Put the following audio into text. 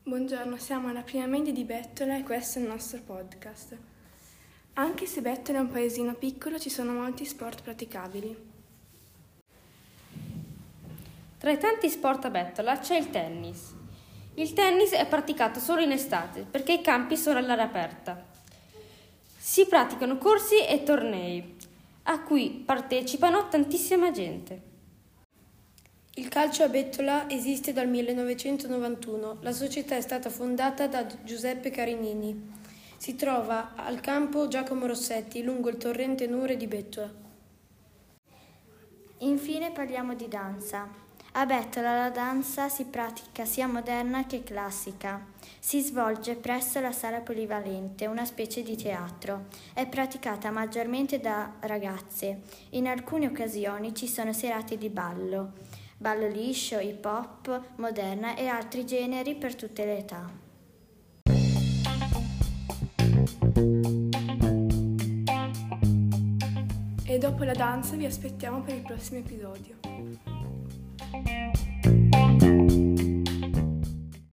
Buongiorno, siamo alla prima media di Bettola e questo è il nostro podcast. Anche se Bettola è un paesino piccolo, ci sono molti sport praticabili. Tra i tanti sport a Bettola c'è il tennis. Il tennis è praticato solo in estate perché i campi sono all'aria aperta. Si praticano corsi e tornei a cui partecipano tantissima gente. Il calcio a Bettola esiste dal 1991. La società è stata fondata da Giuseppe Carinini. Si trova al campo Giacomo Rossetti, lungo il torrente Nure di Bettola. Infine parliamo di danza. A Bettola la danza si pratica sia moderna che classica. Si svolge presso la Sala Polivalente, una specie di teatro. È praticata maggiormente da ragazze. In alcune occasioni ci sono serate di ballo liscio, hip hop, moderna e altri generi per tutte le età. E dopo la danza vi aspettiamo per il prossimo episodio.